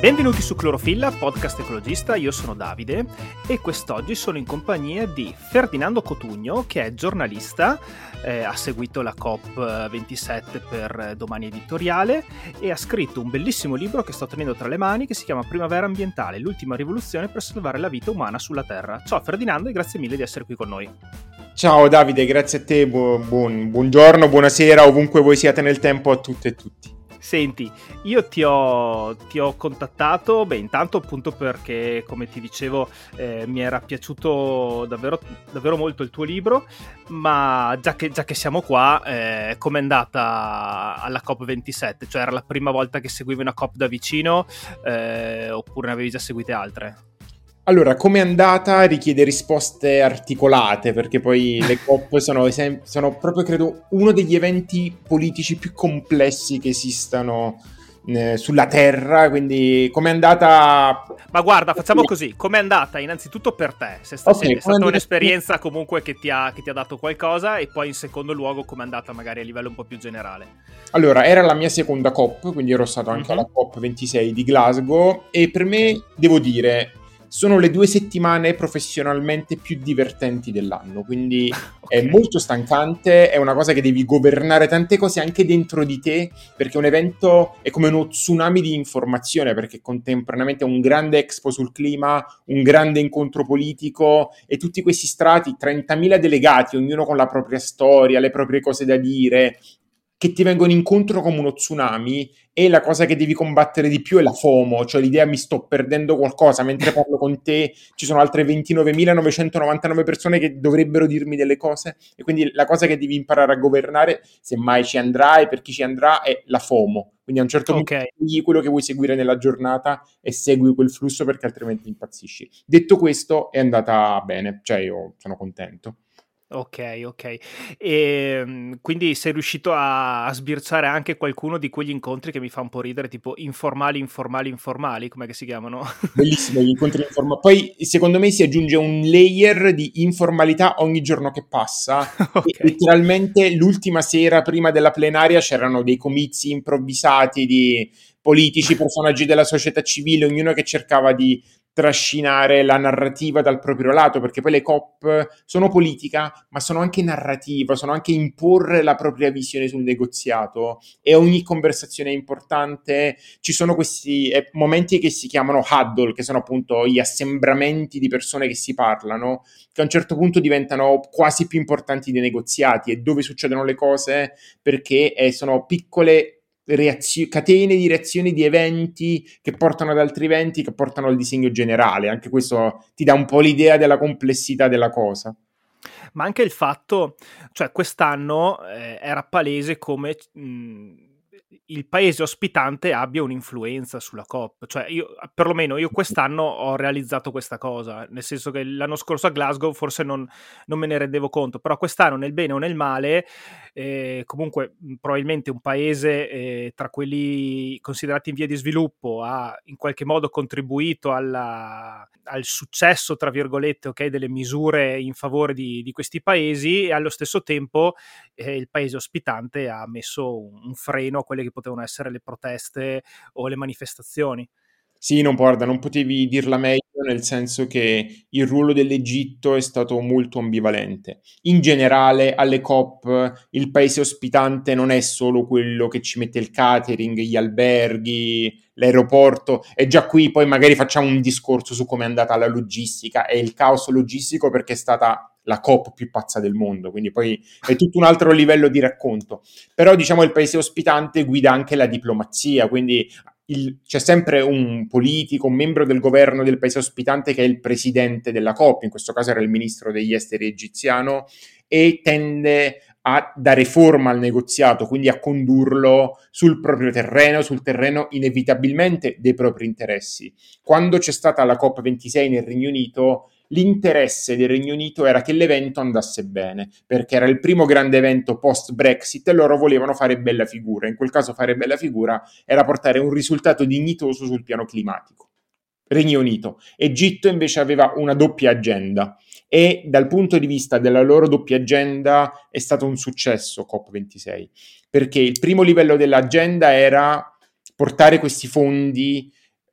Benvenuti su Clorofilla, podcast ecologista, io sono Davide e quest'oggi sono in compagnia di Ferdinando Cotugno, che è giornalista, ha seguito la COP27 per Domani Editoriale e ha scritto un bellissimo libro che sto tenendo tra le mani che si chiama Primavera Ambientale, l'ultima rivoluzione per salvare la vita umana sulla Terra. Ciao Ferdinando e grazie mille di essere qui con noi. Ciao Davide, grazie a te, buongiorno, buonasera, ovunque voi siate nel tempo a tutte e tutti. Senti, io ti ho contattato, intanto appunto perché, come ti dicevo, mi era piaciuto davvero molto il tuo libro, ma già che siamo qua, com'è andata alla COP27? Cioè era la prima volta che seguivi una COP da vicino, oppure ne avevi già seguite altre? Allora, come è andata richiede risposte articolate, perché poi le COP sono proprio, credo, uno degli eventi politici più complessi che esistano sulla Terra, quindi come è andata... Ma guarda, facciamo così, com'è andata innanzitutto per te? Se è stata un'esperienza comunque che ti ha dato qualcosa, e poi in secondo luogo com'è andata magari a livello un po' più generale? Allora, era la mia seconda COP, quindi ero stato anche alla COP26 di Glasgow, e per me, devo dire... sono le 2 settimane professionalmente più divertenti dell'anno, quindi è molto stancante, è una cosa che devi governare tante cose anche dentro di te, perché un evento è come uno tsunami di informazione, perché contemporaneamente è un grande expo sul clima, un grande incontro politico e tutti questi strati, 30.000 delegati, ognuno con la propria storia, le proprie cose da dire, che ti vengono incontro come uno tsunami, e la cosa che devi combattere di più è la FOMO, cioè l'idea mi sto perdendo qualcosa, mentre parlo con te ci sono altre 29.999 persone che dovrebbero dirmi delle cose, e quindi la cosa che devi imparare a governare, se mai ci andrai, per chi ci andrà, è la FOMO. Quindi a un certo punto scegli quello che vuoi seguire nella giornata e segui quel flusso, perché altrimenti impazzisci. Detto questo, è andata bene, cioè io sono contento. Ok. E quindi sei riuscito a sbirciare anche qualcuno di quegli incontri che mi fa un po' ridere, tipo informali, com'è che si chiamano? Bellissimo gli incontri informali. Poi secondo me si aggiunge un layer di informalità ogni giorno che passa. E letteralmente l'ultima sera prima della plenaria c'erano dei comizi improvvisati di politici, personaggi della società civile, ognuno che cercava di trascinare la narrativa dal proprio lato, perché poi le COP sono politica, ma sono anche narrativa, sono anche imporre la propria visione sul negoziato, e ogni conversazione è importante. Ci sono questi momenti che si chiamano huddle, che sono appunto gli assembramenti di persone che si parlano, che a un certo punto diventano quasi più importanti dei negoziati, e dove succedono le cose, perché sono piccole catene di reazioni di eventi che portano ad altri eventi, che portano al disegno generale. Anche questo ti dà un po' l'idea della complessità della cosa. Ma anche il fatto, cioè quest'anno era palese come il paese ospitante abbia un'influenza sulla COP, cioè perlomeno io quest'anno ho realizzato questa cosa, nel senso che l'anno scorso a Glasgow forse non me ne rendevo conto, però quest'anno nel bene o nel male, comunque probabilmente un paese tra quelli considerati in via di sviluppo ha in qualche modo contribuito al successo, tra virgolette, delle misure in favore di questi paesi, e allo stesso tempo il paese ospitante ha messo un freno a quelle che potevano essere le proteste o le manifestazioni. Sì, non potevi dirla meglio, nel senso che il ruolo dell'Egitto è stato molto ambivalente. In generale, alle COP, il paese ospitante non è solo quello che ci mette il catering, gli alberghi, l'aeroporto, e già qui poi magari facciamo un discorso su come è andata la logistica e il caos logistico, perché è stata la COP più pazza del mondo, quindi poi è tutto un altro livello di racconto. Però diciamo il paese ospitante guida anche la diplomazia, quindi c'è sempre un politico, un membro del governo del paese ospitante che è il presidente della COP, in questo caso era il ministro degli esteri egiziano, e tende a dare forma al negoziato, quindi a condurlo sul proprio terreno, sul terreno inevitabilmente dei propri interessi. Quando c'è stata la COP26 nel Regno Unito, l'interesse del Regno Unito era che l'evento andasse bene, perché era il primo grande evento post-Brexit e loro volevano fare bella figura. In quel caso fare bella figura era portare un risultato dignitoso sul piano climatico. Regno Unito. Egitto invece aveva una doppia agenda, e dal punto di vista della loro doppia agenda è stato un successo COP26, perché il primo livello dell'agenda era portare questi fondi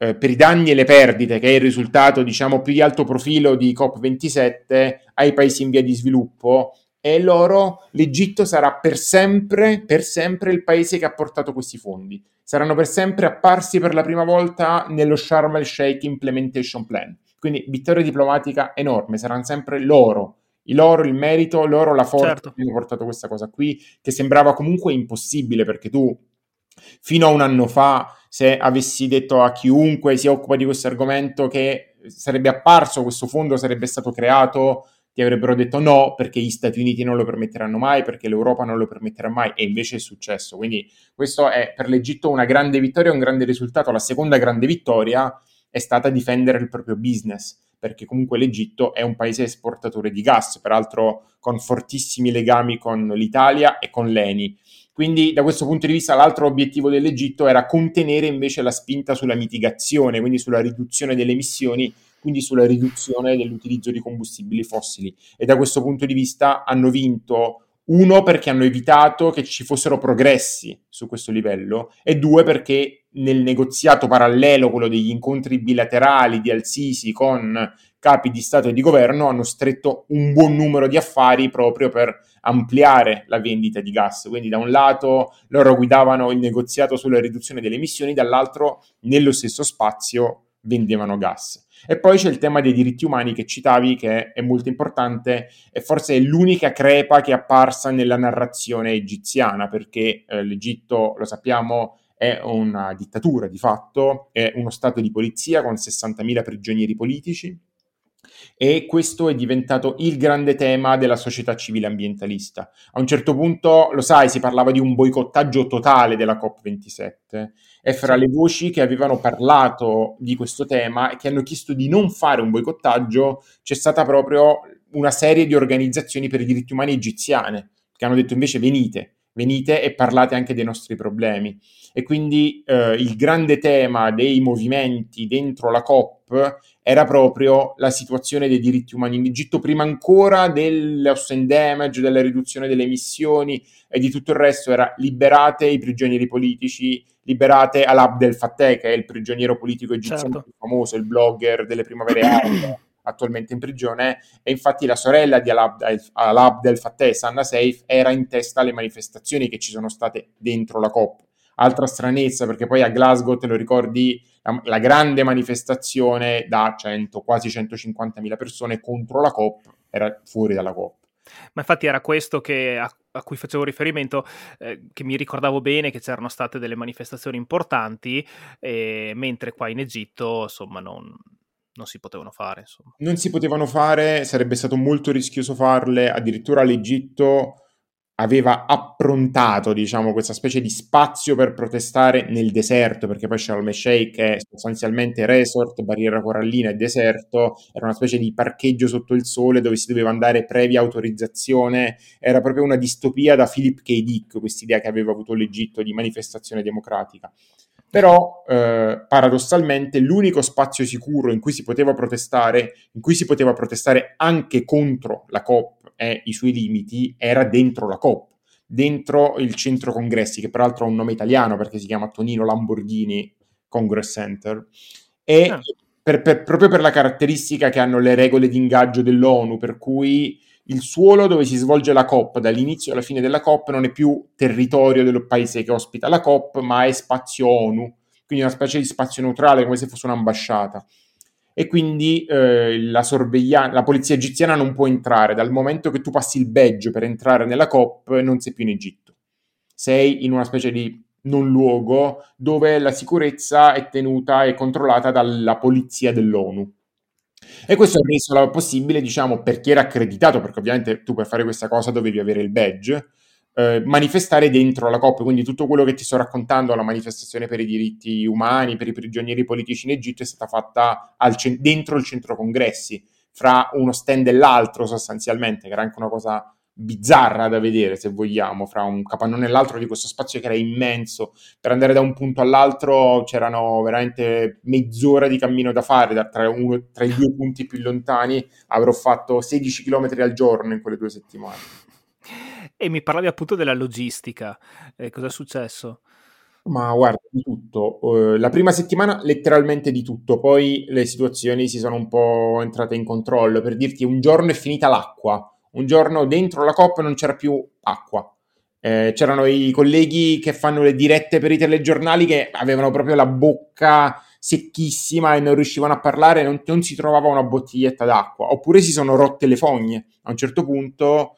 per i danni e le perdite, che è il risultato, diciamo, più di alto profilo di COP27, ai paesi in via di sviluppo, e l'Egitto sarà per sempre il paese che ha portato questi fondi. Saranno per sempre apparsi per la prima volta nello Sharm el Sheikh Implementation Plan. Quindi vittoria diplomatica enorme, saranno sempre loro il merito, loro la forza Certo. che hanno portato questa cosa qui, che sembrava comunque impossibile, perché tu fino a un anno fa, se avessi detto a chiunque si occupa di questo argomento che sarebbe apparso questo fondo, sarebbe stato creato, ti avrebbero detto no, perché gli Stati Uniti non lo permetteranno mai, perché l'Europa non lo permetterà mai, e invece è successo. Quindi questo è per l'Egitto una grande vittoria, un grande risultato. La seconda grande vittoria è stata difendere il proprio business, perché comunque l'Egitto è un paese esportatore di gas, peraltro con fortissimi legami con l'Italia e con l'ENI. Quindi da questo punto di vista l'altro obiettivo dell'Egitto era contenere invece la spinta sulla mitigazione, quindi sulla riduzione delle emissioni, quindi sulla riduzione dell'utilizzo di combustibili fossili. E da questo punto di vista hanno vinto, uno, perché hanno evitato che ci fossero progressi su questo livello, e due, perché nel negoziato parallelo, quello degli incontri bilaterali di Al-Sisi con capi di Stato e di governo, hanno stretto un buon numero di affari proprio per ampliare la vendita di gas. Quindi da un lato loro guidavano il negoziato sulla riduzione delle emissioni, dall'altro nello stesso spazio vendevano gas. E poi c'è il tema dei diritti umani che citavi, che è molto importante e forse è l'unica crepa che è apparsa nella narrazione egiziana, perché l'Egitto, lo sappiamo, è una dittatura di fatto, è uno stato di polizia con 60.000 prigionieri politici, e questo è diventato il grande tema della società civile ambientalista. A un certo punto, lo sai, si parlava di un boicottaggio totale della COP27, e fra Sì. le voci che avevano parlato di questo tema e che hanno chiesto di non fare un boicottaggio c'è stata proprio una serie di organizzazioni per i diritti umani egiziane, che hanno detto invece venite e parlate anche dei nostri problemi. E quindi il grande tema dei movimenti dentro la COP era proprio la situazione dei diritti umani in Egitto, prima ancora del loss and damage, della riduzione delle emissioni e di tutto il resto. Era: liberate i prigionieri politici, liberate Alaa Abdel Fattah, che è il prigioniero politico egiziano Certo. più famoso, il blogger delle primavere arabe, attualmente in prigione, e infatti la sorella di Alaa Abdel Fattah, Sanna Seif, era in testa alle manifestazioni che ci sono state dentro la COP. Altra stranezza, perché poi a Glasgow, te lo ricordi, la grande manifestazione da 100, quasi 150.000 persone contro la COP era fuori dalla COP. Ma infatti era questo a cui facevo riferimento, che mi ricordavo bene che c'erano state delle manifestazioni importanti, mentre qua in Egitto, insomma, non si potevano fare, insomma. Non si potevano fare, sarebbe stato molto rischioso farle, addirittura l'Egitto aveva approntato, diciamo, questa specie di spazio per protestare nel deserto, perché poi Sharm el Sheikh è sostanzialmente resort, barriera corallina e deserto, era una specie di parcheggio sotto il sole dove si doveva andare previa autorizzazione, era proprio una distopia da Philip K. Dick, quest'idea che aveva avuto l'Egitto di manifestazione democratica. Però paradossalmente l'unico spazio sicuro in cui si poteva protestare, in cui si poteva protestare anche contro la COP e i suoi limiti, era dentro la COP, dentro il centro congressi, che peraltro ha un nome italiano perché si chiama Tonino Lamborghini Congress Center, e Ah, proprio per la caratteristica che hanno le regole di ingaggio dell'ONU, per cui il suolo dove si svolge la COP dall'inizio alla fine della COP non è più territorio del paese che ospita la COP, ma è spazio ONU, quindi una specie di spazio neutrale, come se fosse un'ambasciata. E quindi la polizia egiziana non può entrare. Dal momento che tu passi il badge per entrare nella COP, non sei più in Egitto. Sei in una specie di non luogo dove la sicurezza è tenuta e controllata dalla polizia dell'ONU. E questo ha reso possibile, diciamo, per chi era accreditato, perché ovviamente tu per fare questa cosa dovevi avere il badge, manifestare dentro la COP. Quindi tutto quello che ti sto raccontando, la manifestazione per i diritti umani, per i prigionieri politici in Egitto, è stata fatta dentro il centro congressi, fra uno stand e l'altro sostanzialmente, che era anche una cosa bizzarra da vedere, se vogliamo, fra un capannone e l'altro di questo spazio che era immenso. Per andare da un punto all'altro c'erano veramente mezz'ora di cammino da fare, tra i due punti più lontani avrò fatto 16 km al giorno in quelle 2 settimane. e mi parlavi appunto della logistica. Cos'è successo? Ma guarda, di tutto. La prima settimana letteralmente di tutto, poi le situazioni si sono un po' entrate in controllo. Per dirti, un giorno è finita l'acqua, un giorno dentro la COP non c'era più acqua. C'erano i colleghi che fanno le dirette per i telegiornali che avevano proprio la bocca secchissima e non riuscivano a parlare, non si trovava una bottiglietta d'acqua. Oppure si sono rotte le fogne. A un certo punto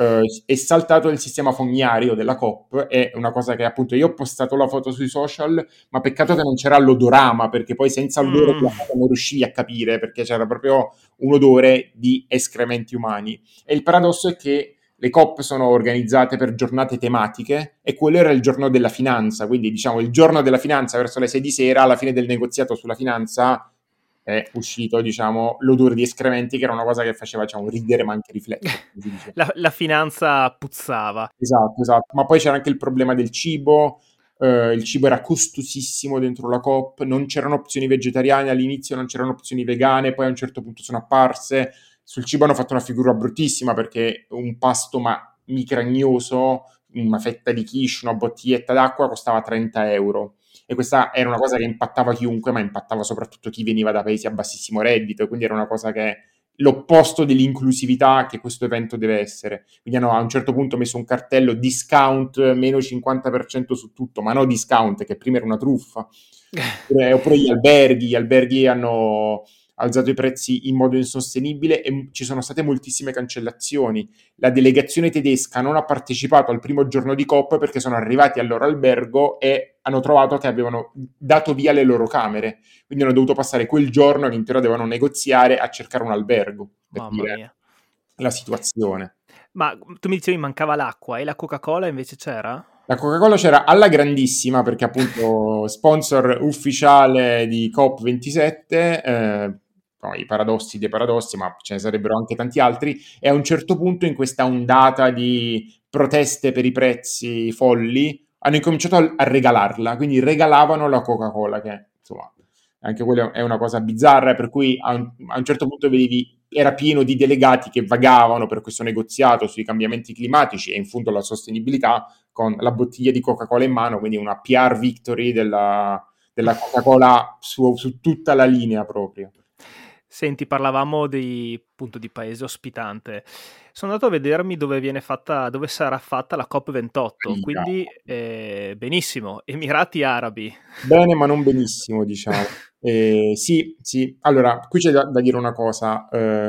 è saltato il sistema fognario della COP, è una cosa che appunto io ho postato la foto sui social, ma peccato che non c'era l'odorama, perché poi senza l'odore Mm. della foto non riuscivi a capire, perché c'era proprio un odore di escrementi umani. E il paradosso è che le COP sono organizzate per giornate tematiche e quello era il giorno della finanza, quindi diciamo il giorno della finanza verso le 6 di sera, alla fine del negoziato sulla finanza è uscito, diciamo, l'odore di escrementi, che era una cosa che faceva, diciamo, ridere ma anche riflettere, come si dice. La finanza puzzava. Esatto, esatto. Ma poi c'era anche il problema del cibo. Il cibo era costosissimo dentro la Coop, non c'erano opzioni vegetariane all'inizio, non c'erano opzioni vegane, poi a un certo punto sono apparse. Sul cibo hanno fatto una figura bruttissima perché un pasto micragnoso, una fetta di quiche, una bottiglietta d'acqua costava 30 euro. E questa era una cosa che impattava chiunque, ma impattava soprattutto chi veniva da paesi a bassissimo reddito, quindi era una cosa che l'opposto dell'inclusività che questo evento deve essere. Quindi hanno a un certo punto messo un cartello discount meno 50% su tutto, ma no discount, che prima era una truffa. Oppure gli alberghi hanno alzato i prezzi in modo insostenibile e ci sono state moltissime cancellazioni. La delegazione tedesca non ha partecipato al primo giorno di COP perché sono arrivati al loro albergo e hanno trovato che avevano dato via le loro camere, quindi hanno dovuto passare quel giorno all'intero, dovevano negoziare a cercare un albergo, per Mamma dire mia. la situazione. Ma tu mi dicevi mancava l'acqua e la Coca-Cola invece c'era? La Coca-Cola c'era alla grandissima perché appunto sponsor ufficiale di COP27, poi i paradossi dei paradossi, ma ce ne sarebbero anche tanti altri, e a un certo punto in questa ondata di proteste per i prezzi folli hanno incominciato a regalarla, quindi regalavano la Coca-Cola, che insomma anche quella è una cosa bizzarra, per cui a un certo punto vedevi era pieno di delegati che vagavano per questo negoziato sui cambiamenti climatici e in fondo la sostenibilità con la bottiglia di Coca-Cola in mano, quindi una PR victory della Coca-Cola su tutta la linea proprio. Senti, parlavamo di, appunto, di paese ospitante. Sono andato a vedermi dove viene fatta, dove sarà fatta la COP28, Riga. quindi benissimo, Emirati Arabi. Bene, ma non benissimo, diciamo. Sì, sì. Allora, qui c'è da dire una cosa.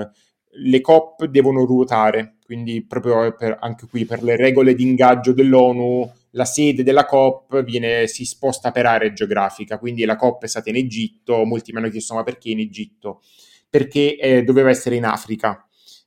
Le COP devono ruotare, quindi proprio anche qui per le regole di ingaggio dell'ONU, la sede della COP si sposta per area geografica, quindi la COP è stata in Egitto, molti mi hanno chiesto ma perché in Egitto? Perché doveva essere in Africa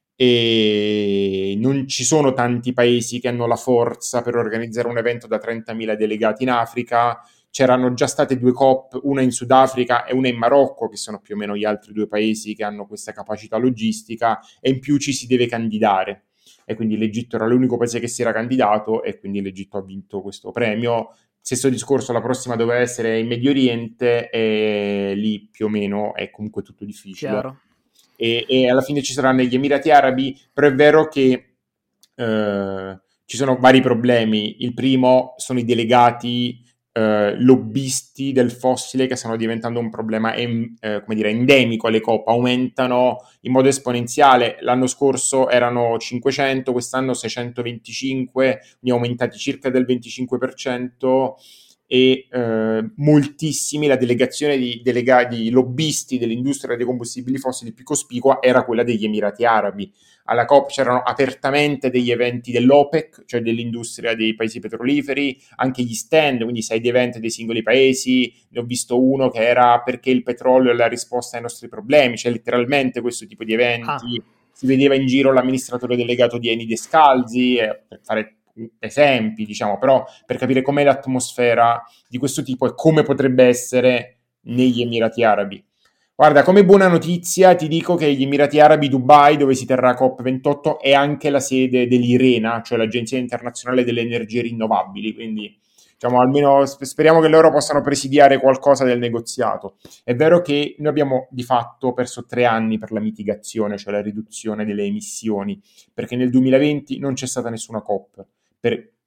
e non ci sono tanti paesi che hanno la forza per organizzare un evento da 30.000 delegati in Africa. C'erano già state due COP, una in Sudafrica e una in Marocco, che sono più o meno gli altri due paesi che hanno questa capacità logistica, e in più ci si deve candidare. E quindi l'Egitto era l'unico paese che si era candidato e quindi l'Egitto ha vinto questo premio. Stesso discorso, la prossima doveva essere in Medio Oriente e lì più o meno è comunque tutto difficile. Chiaro. E alla fine ci saranno gli Emirati Arabi, però è vero che ci sono vari problemi. Il primo sono i delegati lobbisti del fossile che stanno diventando un problema come dire, endemico alle COP, aumentano in modo esponenziale. L'anno scorso erano 500, quest'anno 625, quindi aumentati circa del 25% e moltissimi, la delegazione di delegati lobbisti dell'industria dei combustibili fossili più cospicua era quella degli Emirati Arabi. Alla COP c'erano apertamente degli eventi dell'OPEC, cioè dell'industria dei paesi petroliferi, anche gli stand, quindi side event dei singoli paesi. Ne ho visto uno che era perché il petrolio è la risposta ai nostri problemi, cioè letteralmente questo tipo di Ah, eventi. Si vedeva in giro l'amministratore delegato di Eni Descalzi, per fare esempi, diciamo, però per capire com'è l'atmosfera di questo tipo e come potrebbe essere negli Emirati Arabi. Guarda, come buona notizia ti dico che gli Emirati Arabi Dubai, dove si terrà COP28, è anche la sede dell'IRENA, cioè l'Agenzia Internazionale delle Energie Rinnovabili, quindi diciamo almeno speriamo che loro possano presidiare qualcosa del negoziato. È vero che noi abbiamo di fatto perso 3 anni per la mitigazione, cioè la riduzione delle emissioni, perché nel 2020 non c'è stata nessuna COP,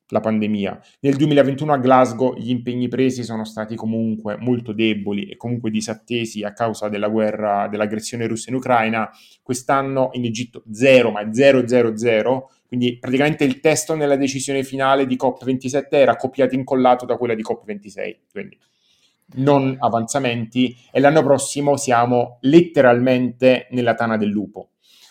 la pandemia. Nel 2021 a Glasgow gli impegni presi sono stati comunque molto deboli e comunque disattesi a causa della guerra, dell'aggressione russa in Ucraina. Quest'anno in Egitto zero, ma 000, quindi praticamente il testo nella decisione finale di COP27 era copiato e incollato da quella di COP26, quindi non avanzamenti, e l'anno prossimo siamo letteralmente nella tana del lupo.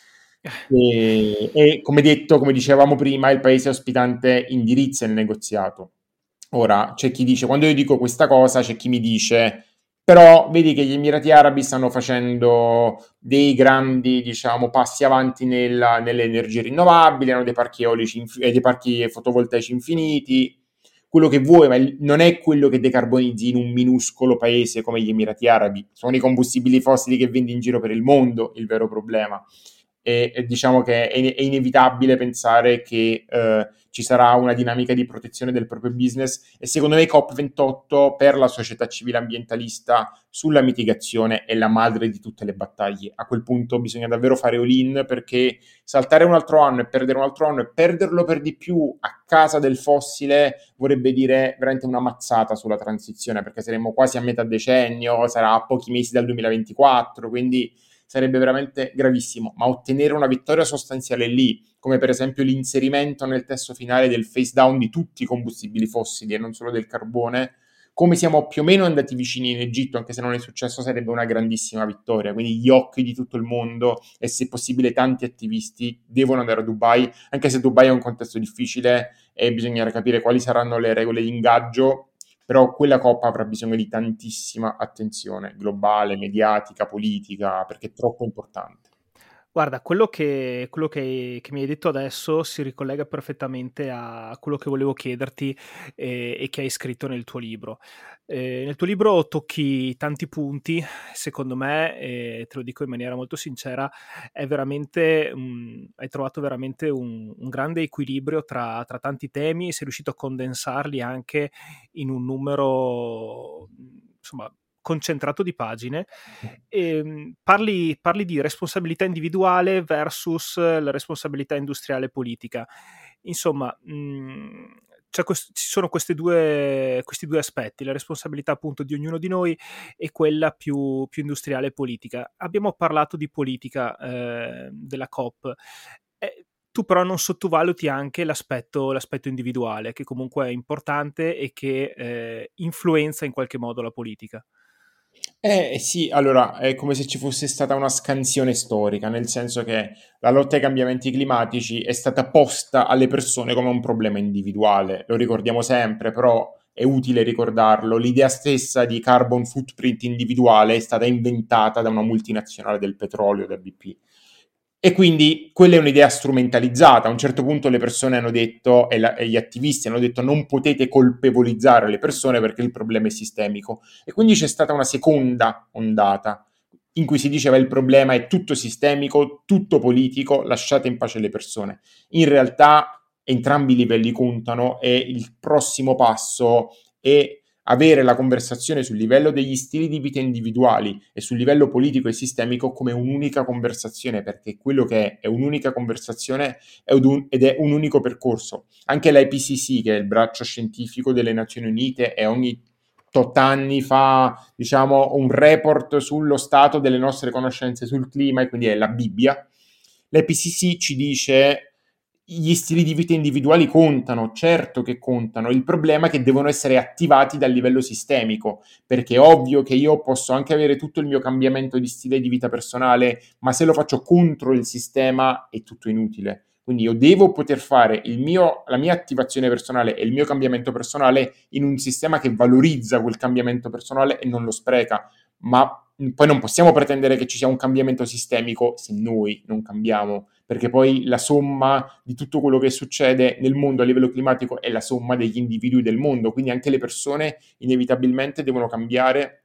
E come detto, come dicevamo prima, il paese ospitante indirizza il negoziato. Ora, c'è chi dice, quando io dico questa cosa, c'è chi mi dice, però vedi che gli Emirati Arabi stanno facendo dei grandi, diciamo, passi avanti nelle energie rinnovabili, hanno dei parchi eolici, dei parchi fotovoltaici infiniti, quello che vuoi, ma non è quello che decarbonizzi in un minuscolo paese come gli Emirati Arabi. Sono i combustibili fossili che vendi in giro per il mondo il vero problema. E diciamo che è inevitabile pensare che ci sarà una dinamica di protezione del proprio business, e secondo me COP28 per la società civile ambientalista sulla mitigazione è la madre di tutte le battaglie. A quel punto bisogna davvero fare all-in, perché saltare un altro anno e perdere un altro anno e perderlo per di più a casa del fossile vorrebbe dire veramente una mazzata sulla transizione, perché saremo quasi a metà decennio, sarà a pochi mesi dal 2024, quindi sarebbe veramente gravissimo, ma ottenere una vittoria sostanziale lì, come per esempio l'inserimento nel testo finale del phase down di tutti i combustibili fossili e non solo del carbone, come siamo più o meno andati vicini in Egitto, anche se non è successo, sarebbe una grandissima vittoria. Quindi gli occhi di tutto il mondo e, se possibile, tanti attivisti devono andare a Dubai, anche se Dubai è un contesto difficile e bisognerà capire quali saranno le regole di ingaggio, però quella Coppa avrà bisogno di tantissima attenzione globale, mediatica, politica, perché è troppo importante. Guarda, quello che mi hai detto adesso si ricollega perfettamente a quello che volevo chiederti, e che hai scritto nel tuo libro. Nel tuo libro tocchi tanti punti, secondo me, e te lo dico in maniera molto sincera, è veramente hai trovato veramente un grande equilibrio tra tanti temi, e sei riuscito a condensarli anche in un numero, insomma, concentrato di pagine. Parli di responsabilità individuale versus la responsabilità industriale e politica. Insomma, ci sono questi due aspetti, la responsabilità appunto di ognuno di noi e quella più industriale e politica. Abbiamo parlato di politica della COP. Tu però non sottovaluti anche l'aspetto individuale, che comunque è importante e che influenza in qualche modo la politica. Sì, allora è come se ci fosse stata una scansione storica, nel senso che la lotta ai cambiamenti climatici è stata posta alle persone come un problema individuale, lo ricordiamo sempre, però è utile ricordarlo, l'idea stessa di carbon footprint individuale è stata inventata da una multinazionale del petrolio, da BP. E quindi quella è un'idea strumentalizzata. A un certo punto le persone hanno detto, e gli attivisti hanno detto, non potete colpevolizzare le persone perché il problema è sistemico. E quindi c'è stata una seconda ondata in cui si diceva il problema è tutto sistemico, tutto politico, lasciate in pace le persone. In realtà entrambi i livelli contano, e il prossimo passo è avere la conversazione sul livello degli stili di vita individuali e sul livello politico e sistemico come un'unica conversazione, perché quello che è un'unica conversazione ed è un unico percorso. Anche l'IPCC, che è il braccio scientifico delle Nazioni Unite, e ogni tot anni fa, diciamo, un report sullo stato delle nostre conoscenze sul clima, e quindi è la Bibbia. L'IPCC ci dice gli stili di vita individuali contano, certo che contano, il problema è che devono essere attivati dal livello sistemico, perché è ovvio che io posso anche avere tutto il mio cambiamento di stile di vita personale, ma se lo faccio contro il sistema è tutto inutile. Quindi io devo poter fare la mia attivazione personale e il mio cambiamento personale in un sistema che valorizza quel cambiamento personale e non lo spreca, ma poi non possiamo pretendere che ci sia un cambiamento sistemico se noi non cambiamo, perché poi la somma di tutto quello che succede nel mondo a livello climatico è la somma degli individui del mondo, quindi anche le persone inevitabilmente devono cambiare,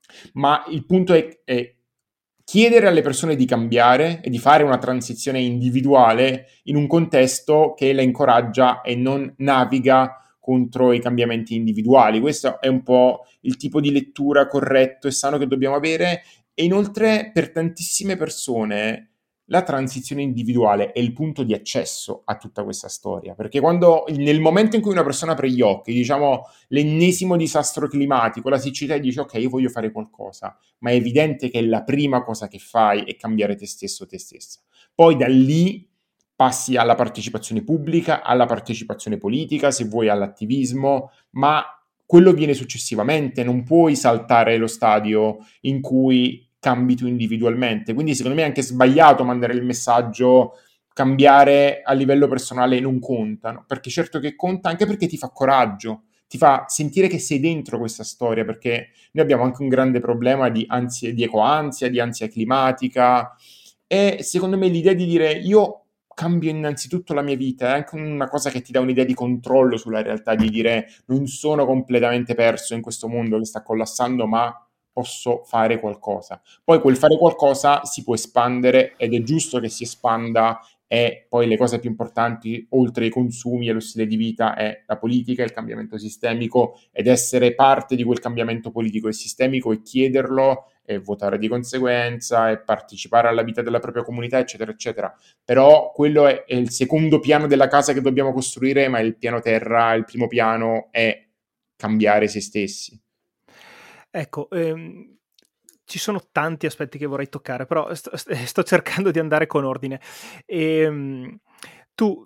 ma il punto è chiedere alle persone di cambiare e di fare una transizione individuale in un contesto che la incoraggia e non naviga contro i cambiamenti individuali. Questo è un po' il tipo di lettura corretto e sano che dobbiamo avere, e inoltre per tantissime persone la transizione individuale è il punto di accesso a tutta questa storia, perché quando nel momento in cui una persona apre gli occhi, diciamo l'ennesimo disastro climatico, la siccità, e dice ok, io voglio fare qualcosa, ma è evidente che la prima cosa che fai è cambiare te stesso, te stessa. Poi da lì passi alla partecipazione pubblica, alla partecipazione politica, se vuoi all'attivismo, ma quello viene successivamente, non puoi saltare lo stadio in cui cambi tu individualmente. Quindi secondo me è anche sbagliato mandare il messaggio cambiare a livello personale non conta, no? Perché certo che conta, anche perché ti fa coraggio, ti fa sentire che sei dentro questa storia, perché noi abbiamo anche un grande problema di ansia, di ecoansia, di ansia climatica, e secondo me l'idea di dire io cambio innanzitutto la mia vita è anche una cosa che ti dà un'idea di controllo sulla realtà, di dire non sono completamente perso in questo mondo che sta collassando, ma posso fare qualcosa. Poi quel fare qualcosa si può espandere ed è giusto che si espanda, e poi le cose più importanti, oltre ai consumi e lo stile di vita, è la politica, il cambiamento sistemico, ed essere parte di quel cambiamento politico e sistemico e chiederlo e votare di conseguenza e partecipare alla vita della propria comunità, eccetera, eccetera. Però quello è il secondo piano della casa che dobbiamo costruire, ma il piano terra, il primo piano è cambiare se stessi. Ecco, ci sono tanti aspetti che vorrei toccare, però sto cercando di andare con ordine. Tu,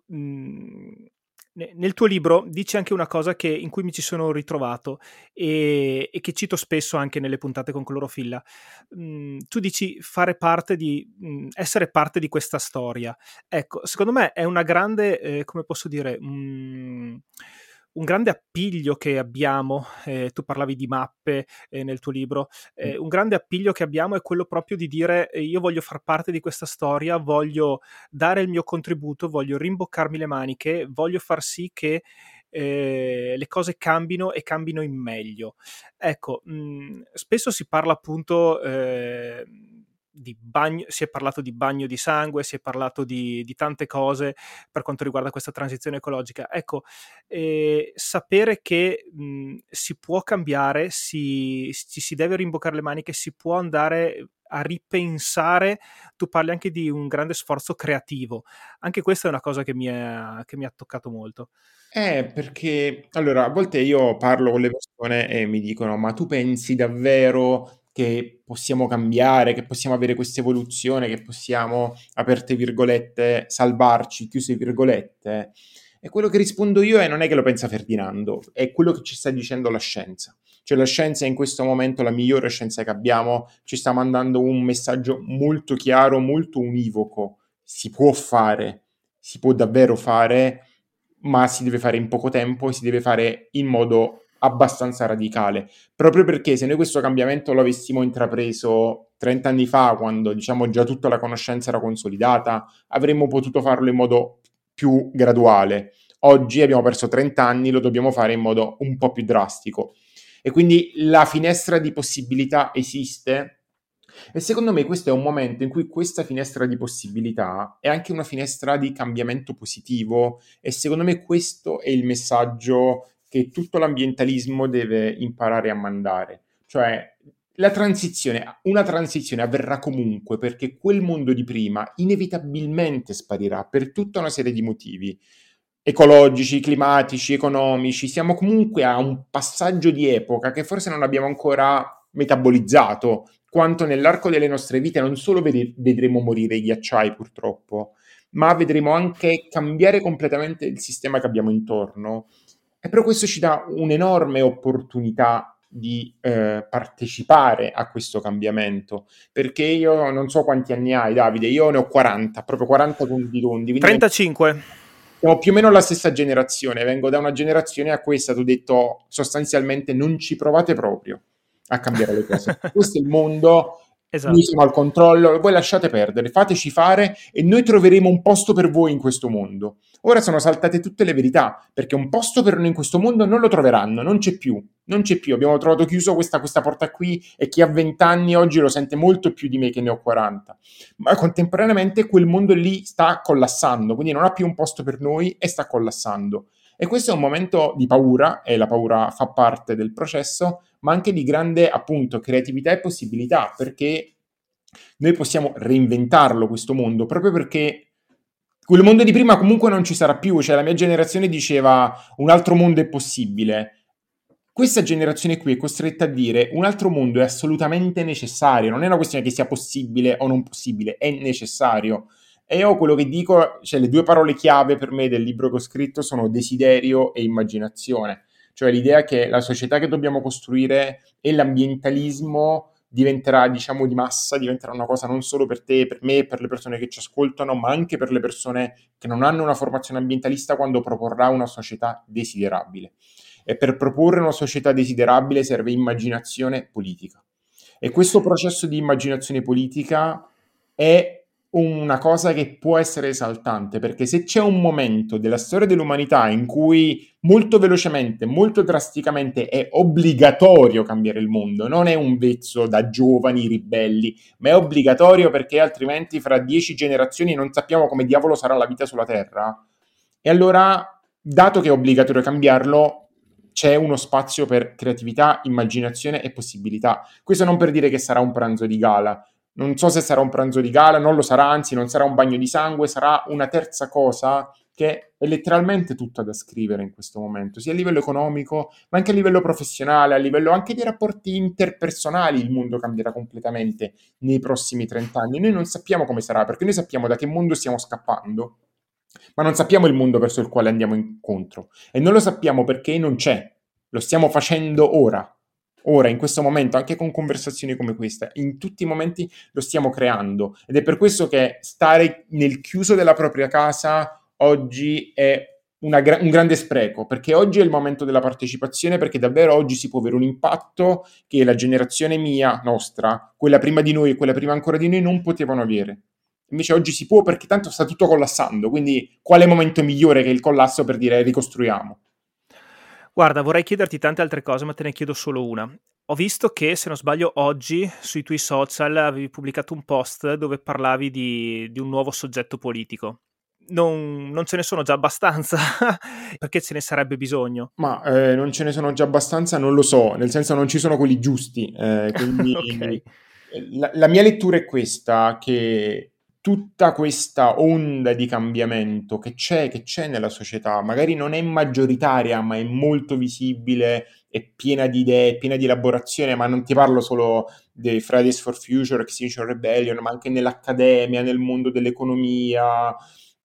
nel tuo libro dici anche una cosa in cui mi ci sono ritrovato e che cito spesso anche nelle puntate con Clorofilla. Tu dici essere parte di questa storia. Ecco, secondo me è una grande, come posso dire, un grande appiglio che abbiamo, tu parlavi di mappe nel tuo libro, un grande appiglio che abbiamo è quello proprio di dire io voglio far parte di questa storia, voglio dare il mio contributo, voglio rimboccarmi le maniche, voglio far sì che le cose cambino e cambino in meglio. Ecco, spesso si parla appunto di bagno, si è parlato di bagno di sangue, si è parlato di tante cose per quanto riguarda questa transizione ecologica. Ecco, sapere che si può cambiare, ci si deve rimboccare le maniche, si può andare a ripensare. Tu parli anche di un grande sforzo creativo, anche questa è una cosa che mi ha toccato molto. Perché allora a volte io parlo con le persone e mi dicono: "Ma tu pensi davvero che possiamo cambiare, che possiamo avere questa evoluzione, che possiamo, aperte virgolette, "salvarci", chiuse virgolette?" E quello che rispondo io è: non è che lo pensa Ferdinando, è quello che ci sta dicendo la scienza. Cioè la scienza è in questo momento la migliore scienza che abbiamo, ci sta mandando un messaggio molto chiaro, molto univoco. Si può fare, si può davvero fare, ma si deve fare in poco tempo e si deve fare in modo abbastanza radicale, proprio perché se noi questo cambiamento lo avessimo intrapreso 30 anni fa, quando diciamo già tutta la conoscenza era consolidata, avremmo potuto farlo in modo più graduale. Oggi abbiamo perso 30 anni, lo dobbiamo fare in modo un po' più drastico. E quindi la finestra di possibilità esiste, e secondo me questo è un momento in cui questa finestra di possibilità è anche una finestra di cambiamento positivo, e secondo me questo è il messaggio che tutto l'ambientalismo deve imparare a mandare. Cioè una transizione avverrà comunque, perché quel mondo di prima inevitabilmente sparirà per tutta una serie di motivi ecologici, climatici, economici. Siamo comunque a un passaggio di epoca che forse non abbiamo ancora metabolizzato, quanto nell'arco delle nostre vite non solo vedremo morire i ghiacciai purtroppo, ma vedremo anche cambiare completamente il sistema che abbiamo intorno. E però questo ci dà un'enorme opportunità di partecipare a questo cambiamento, perché io non so quanti anni hai, Davide, io ne ho 40, proprio 40 tondi tondi, quindi 35. siamo più o meno la stessa generazione, vengo da una generazione a cui è stato detto sostanzialmente non ci provate proprio a cambiare le cose. Questo è il mondo, noi Esatto. siamo al controllo, voi lasciate perdere, fateci fare e noi troveremo un posto per voi in questo mondo. Ora sono saltate tutte le verità, perché un posto per noi in questo mondo non lo troveranno, non c'è più, non c'è più. Abbiamo trovato chiuso questa porta qui, e chi ha 20 anni oggi lo sente molto più di me che ne ho 40. Ma contemporaneamente quel mondo lì sta collassando, quindi non ha più un posto per noi e sta collassando. E questo è un momento di paura, e la paura fa parte del processo, ma anche di grande, appunto, creatività e possibilità, perché Noi possiamo reinventarlo questo mondo, proprio perché quel mondo di prima comunque non ci sarà più, cioè la mia generazione diceva un altro mondo è possibile. Questa generazione qui è costretta a dire un altro mondo è assolutamente necessario, non è una questione che sia possibile o non possibile, è necessario. E io quello che dico, cioè le due parole chiave per me del libro che ho scritto sono desiderio e immaginazione, cioè l'idea che la società che dobbiamo costruire e l'ambientalismo diventerà, diciamo, di massa, diventerà una cosa non solo per te, per me, per le persone che ci ascoltano, ma anche per le persone che non hanno una formazione ambientalista quando proporrà una società desiderabile. E per proporre una società desiderabile serve immaginazione politica. E questo processo di immaginazione politica è una cosa che può essere esaltante, perché se c'è un momento della storia dell'umanità in cui molto velocemente, molto drasticamente è obbligatorio cambiare il mondo, non è un vezzo da giovani ribelli, ma è obbligatorio perché altrimenti fra 10 generazioni non sappiamo come diavolo sarà la vita sulla Terra. E allora, dato che è obbligatorio cambiarlo, c'è uno spazio per creatività, immaginazione e possibilità. Questo non per dire che sarà un pranzo di gala. Non so se sarà un pranzo di gala, non lo sarà, anzi non sarà un bagno di sangue, sarà una terza cosa che è letteralmente tutta da scrivere in questo momento, sia a livello economico, ma anche a livello professionale, a livello anche di rapporti interpersonali. Il mondo cambierà completamente nei prossimi 30 anni. Noi non sappiamo come sarà, perché noi sappiamo da che mondo stiamo scappando, ma non sappiamo il mondo verso il quale andiamo incontro. E non lo sappiamo perché non c'è. Lo stiamo facendo ora. Ora, in questo momento, anche con conversazioni come questa, in tutti i momenti lo stiamo creando. Ed è per questo che stare nel chiuso della propria casa oggi è un grande spreco, perché oggi è il momento della partecipazione, perché davvero oggi si può avere un impatto che la generazione mia, nostra, quella prima di noi e quella prima ancora di noi non potevano avere. Invece oggi si può perché tanto sta tutto collassando, quindi quale momento migliore che il collasso per dire ricostruiamo? Guarda, vorrei chiederti tante altre cose, ma te ne chiedo solo una. Ho visto che, se non sbaglio, oggi sui tuoi social avevi pubblicato un post dove parlavi di un nuovo soggetto politico. Non ce ne sono già abbastanza? Perché ce ne sarebbe bisogno? Ma non ce ne sono già abbastanza, non lo so, nel senso non ci sono quelli giusti. Quindi Ok. la mia lettura è questa, che tutta questa onda di cambiamento che c'è nella società, magari non è maggioritaria, ma è molto visibile, è piena di idee, piena di elaborazione, ma non ti parlo solo dei Fridays for Future, Extinction Rebellion, ma anche nell'accademia, nel mondo dell'economia.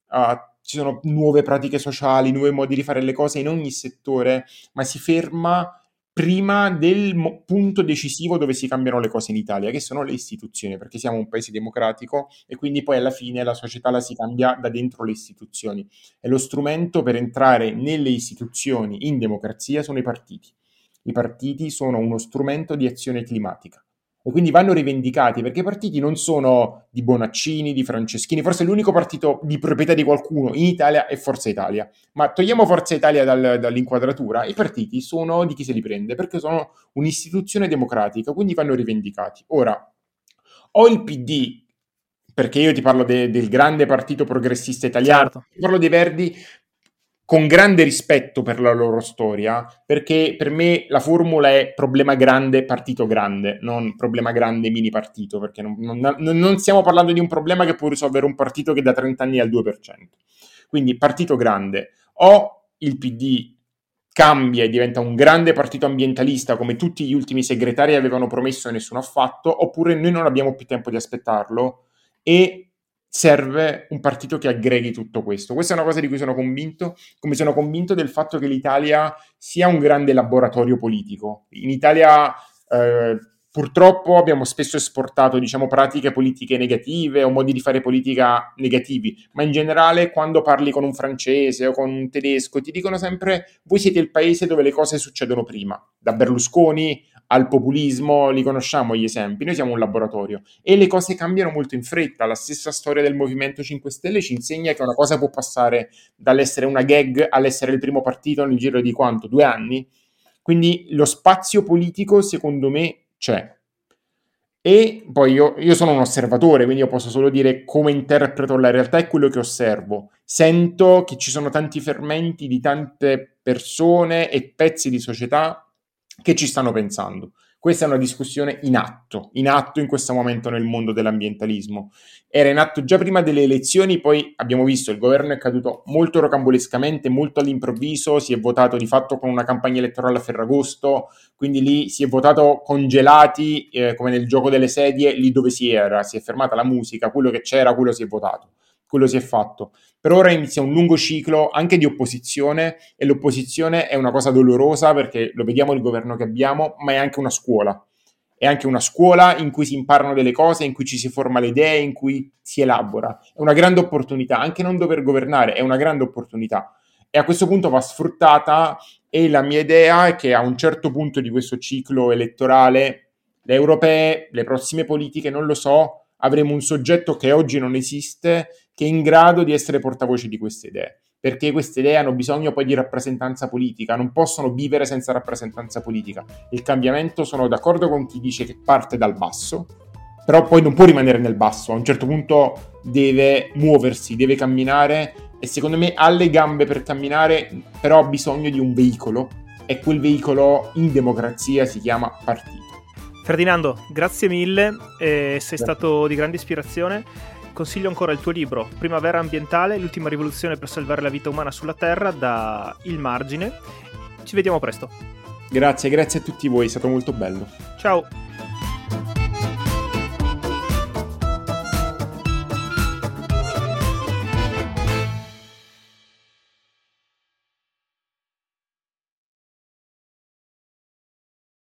Ci sono nuove pratiche sociali, nuovi modi di fare le cose in ogni settore, ma si ferma prima del punto decisivo dove si cambiano le cose in Italia, che sono le istituzioni, perché siamo un paese democratico e quindi poi alla fine la società la si cambia da dentro le istituzioni. E lo strumento per entrare nelle istituzioni in democrazia sono i partiti. I partiti sono uno strumento di azione climatica. E quindi vanno rivendicati perché i partiti non sono di Bonaccini, di Franceschini, forse l'unico partito di proprietà di qualcuno in Italia è Forza Italia, ma togliamo Forza Italia dall'inquadratura, i partiti sono di chi se li prende perché sono un'istituzione democratica, quindi vanno rivendicati. Ora, o il PD, perché io ti parlo del grande partito progressista italiano, Certo. ti parlo dei Verdi con grande rispetto per la loro storia, perché per me la formula è problema grande, partito grande, non problema grande, mini partito, perché non stiamo parlando di un problema che può risolvere un partito che da 30 anni è al 2%. Quindi partito grande, o il PD cambia e diventa un grande partito ambientalista come tutti gli ultimi segretari avevano promesso e nessuno ha fatto, oppure noi non abbiamo più tempo di aspettarlo e serve un partito che aggreghi tutto questo. Questa è una cosa di cui sono convinto, come sono convinto del fatto che l'Italia sia un grande laboratorio politico. In Italia purtroppo abbiamo spesso esportato, diciamo, pratiche politiche negative o modi di fare politica negativi, ma in generale quando parli con un francese o con un tedesco ti dicono sempre voi siete il paese dove le cose succedono prima, da Berlusconi al populismo, li conosciamo gli esempi, noi siamo un laboratorio e le cose cambiano molto in fretta. La stessa storia del Movimento 5 Stelle ci insegna che una cosa può passare dall'essere una gag all'essere il primo partito nel giro di quanto? 2 anni? Quindi lo spazio politico, secondo me, c'è. E poi io sono un osservatore, quindi io posso solo dire come interpreto la realtà e quello che osservo. Sento che ci sono tanti fermenti di tante persone e pezzi di società che ci stanno pensando. Questa è una discussione in atto in questo momento nel mondo dell'ambientalismo. Era in atto già prima delle elezioni, poi abbiamo visto il governo è caduto molto rocambolescamente, molto all'improvviso, si è votato di fatto con una campagna elettorale a Ferragosto, quindi lì si è votato congelati, come nel gioco delle sedie, lì dove si era, si è fermata la musica, quello che c'era, quello si è votato, quello si è fatto. Per ora inizia un lungo ciclo anche di opposizione, e l'opposizione è una cosa dolorosa perché lo vediamo il governo che abbiamo, ma è anche una scuola. È anche una scuola in cui si imparano delle cose, in cui ci si forma le idee, in cui si elabora. È una grande opportunità, anche non dover governare è una grande opportunità. E a questo punto va sfruttata, e la mia idea è che a un certo punto di questo ciclo elettorale, le europee, le prossime politiche, non lo so, avremo un soggetto che oggi non esiste, che è in grado di essere portavoce di queste idee, perché queste idee hanno bisogno poi di rappresentanza politica, non possono vivere senza rappresentanza politica. Il cambiamento, sono d'accordo con chi dice che parte dal basso, però poi non può rimanere nel basso, a un certo punto deve muoversi, deve camminare, e secondo me ha le gambe per camminare, però ha bisogno di un veicolo, e quel veicolo in democrazia si chiama partito. Ferdinando, grazie mille, sei stato di grande ispirazione. Consiglio ancora il tuo libro Primavera ambientale, l'ultima rivoluzione per salvare la vita umana sulla Terra, da Il Margine. Ci vediamo presto. Grazie a tutti voi, è stato molto bello. Ciao.